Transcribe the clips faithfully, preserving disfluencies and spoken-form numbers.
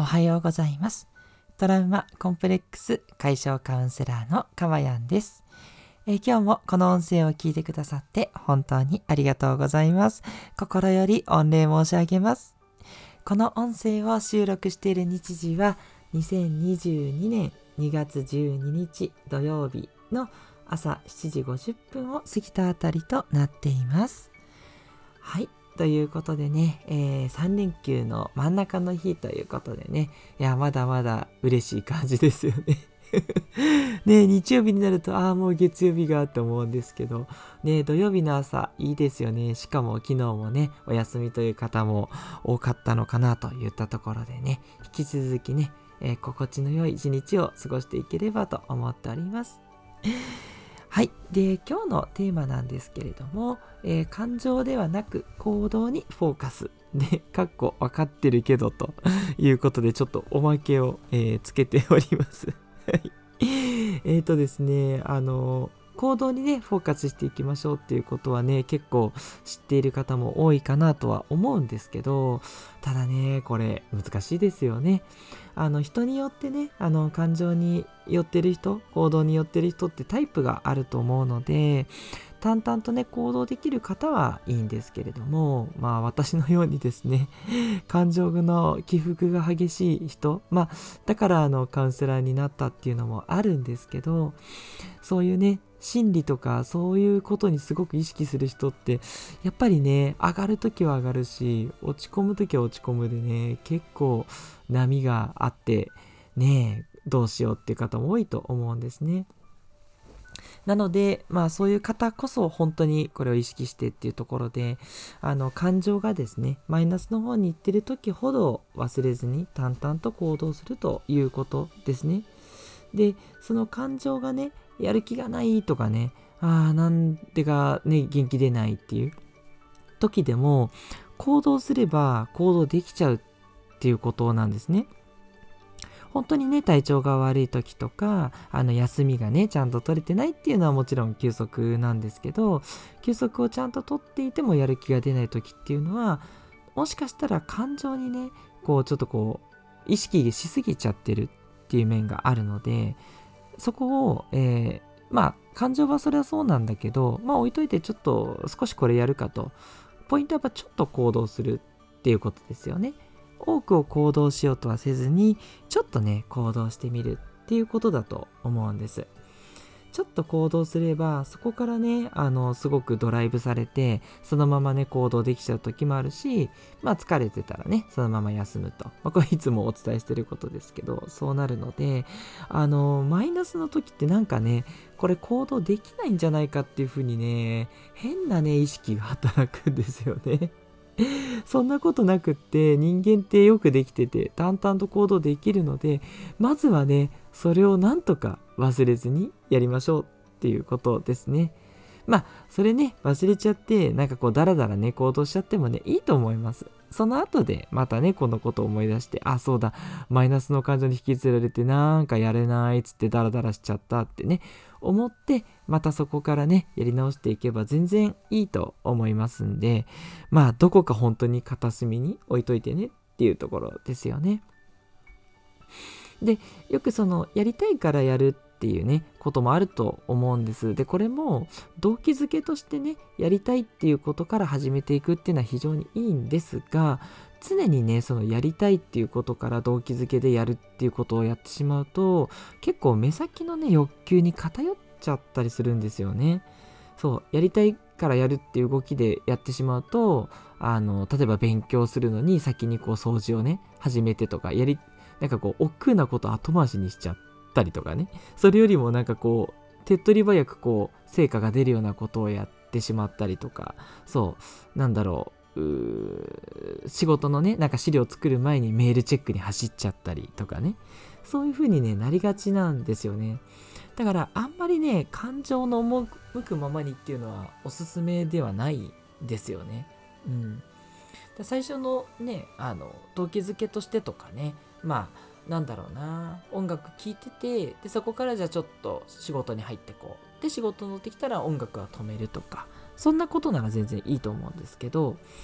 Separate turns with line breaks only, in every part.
おはようございます。トラウマコンプレックス解消カウンセラーのかまやんです。えー今日もこの音声を聞いてくださって本当にありがとうございます。心より御礼申し上げます。この音声を収録している日時はにせんにじゅうにねんにがつじゅうににち土曜日の朝しちじごじゅっぷんを過ぎたあたりとなっています。はい。ということでね、えー、さんれんきゅうの真ん中の日ということでね、いや、まだまだ嬉しい感じですよね。ね、日曜日になると、ああ、もう月曜日がと思うんですけど、ね、土曜日の朝、いいですよね。しかも昨日もね、お休みという方も多かったのかなといったところでね、引き続きね、えー心地の良い一日を過ごしていければと思っております。はい。で、今日のテーマなんですけれども、えー感情ではなく行動にフォーカス。で、かっこ分かってるけどということで、ちょっとおまけを、えーつけております。はい。えーとですね、あの、行動にね、フォーカスしていきましょうっていうことはね、結構知っている方も多いかなとは思うんですけど、ただね、これ難しいですよね。あの人によってね、あの感情に寄ってる人、行動に寄ってる人ってタイプがあると思うので、淡々とね行動できる方はいいんですけれども、まあ私のようにですね、感情の起伏が激しい人、まあだからあのカウンセラーになったっていうのもあるんですけど、そういうね心理とかそういうことにすごく意識する人ってやっぱりね、上がるときは上がるし、落ち込むときは落ち込むでね、結構波があってね、どうしようっていう方も多いと思うんですね。なのでまあそういう方こそ本当にこれを意識してっていうところで、あの感情がですねマイナスの方に行ってる時ほど忘れずに淡々と行動するということですね。で、その感情がね、やる気がないとかね、ああ、なんでかね、元気出ないっていう時でも、行動すれば行動できちゃうっていうことなんですね。本当にね、体調が悪い時とか、あの休みがね、ちゃんと取れてないっていうのはもちろん休息なんですけど、休息をちゃんと取っていてもやる気が出ない時っていうのは、もしかしたら感情にね、こうちょっとこう、意識しすぎちゃってるっていう面があるので、そこを、えーまあ感情はそれはそうなんだけど、まあ置いといてちょっと少しこれやるかと。ポイントはやっぱちょっと行動するっていうことですよね。多くを行動しようとはせずに、ちょっとね、行動してみるっていうことだと思うんです。ちょっと行動すれば、そこからね、あの、すごくドライブされて、そのままね、行動できちゃう時もあるし、まあ疲れてたらね、そのまま休むと。まあこれいつもお伝えしてることですけど、そうなるので、あの、マイナスの時ってなんかね、これ行動できないんじゃないかっていう風にね、変なね、意識が働くんですよね。そんなことなくって人間ってよくできてて淡々と行動できるので、まずはねそれをなんとか忘れずにやりましょうっていうことですね。まあそれね忘れちゃってなんかこうダラダラね行動しちゃってもねいいと思います。その後でまたねこのことを思い出して、あそうだマイナスの感情に引きずられてなんかやれないっつってダラダラしちゃったってね思って、またそこからねやり直していけば全然いいと思いますんで、まあどこか本当に片隅に置いといてねっていうところですよね。で、よくそのやりたいからやるっていうねこともあると思うんです。でこれも動機づけとしてねやりたいっていうことから始めていくっていうのは非常にいいんですが、常にねそのやりたいっていうことから動機づけでやるっていうことをやってしまうと、結構目先のね欲求に偏っちゃったりするんですよね。そうやりたいからやるっていう動きでやってしまうと、あの例えば勉強するのに先にこう掃除をね始めてとか、やりなんかこう億劫なこと後回しにしちゃったりとかね、それよりもなんかこう手っ取り早くこう成果が出るようなことをやってしまったりとか、そうなんだろう、うー仕事のねなんか資料を作る前にメールチェックに走っちゃったりとかね、そういう風にねなりがちなんですよね。だからあんまりね感情の赴くままにっていうのはおすすめではないですよね。うん。で最初のねあの動機づけとしてとかね、まあなんだろうな、音楽聴いてて、でそこからじゃあちょっと仕事に入ってこうで、仕事乗ってきたら音楽は止めるとか、そんなことなら全然いいと思うんですけど、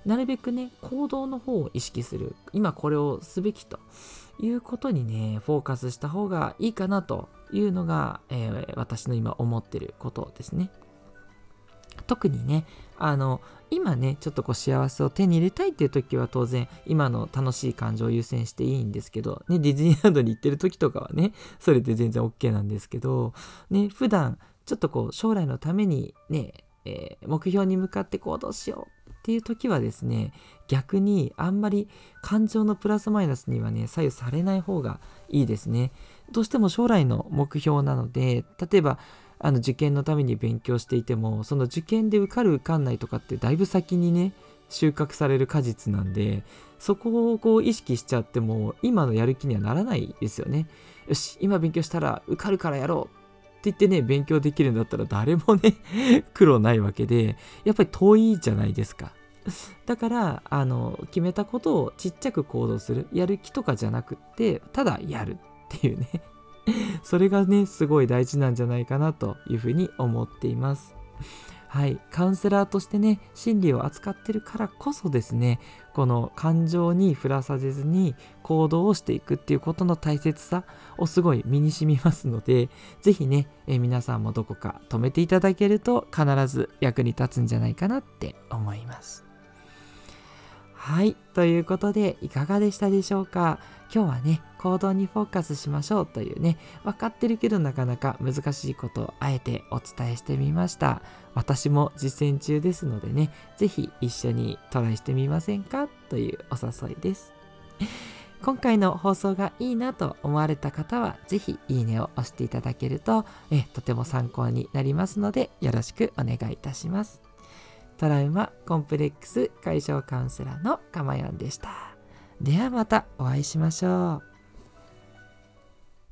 なるべくね、行動の方を意識する。今これをすべきということにね、フォーカスした方がいいかなというのが、えー私の今思ってることですね。特にね、あの、今ね、ちょっとこう幸せを手に入れたいっていう時は当然、今の楽しい感情を優先していいんですけど、ね、ディズニーランドに行ってる時とかはね、それで全然 OK なんですけど、ね、普段、ちょっとこう、将来のためにね、えー目標に向かって行動しようっていう時はですね、逆にあんまり感情のプラスマイナスにはね、左右されない方がいいですね。どうしても将来の目標なので、例えば、あの受験のために勉強していても、その受験で受かる受かんないとかってだいぶ先にね、収穫される果実なんで、そこをこう意識しちゃっても今のやる気にはならないですよね。よし、今勉強したら受かるからやろうって言ってね、勉強できるんだったら誰もね苦労ないわけで、やっぱり遠いじゃないですか。だからあの決めたことをちっちゃく行動する、やる気とかじゃなくってただやるっていうねそれがね、すごい大事なんじゃないかなというふうに思っています。はい、カウンセラーとしてね、心理を扱ってるからこそですね、この感情に振らさせずに行動をしていくっていうことの大切さをすごい身に染みますので、ぜひね、え皆さんもどこか止めていただけると必ず役に立つんじゃないかなって思います。はい。ということで、いかがでしたでしょうか。今日はね、行動にフォーカスしましょうというね、分かってるけどなかなか難しいことをあえてお伝えしてみました。私も実践中ですのでね、ぜひ一緒にトライしてみませんかというお誘いです。今回の放送がいいなと思われた方は、ぜひいいねを押していただけると、えとても参考になりますので、よろしくお願いいたします。トラウマコンプレックス解消カウンセラーのかまやんでした。ではまたお会いしましょう。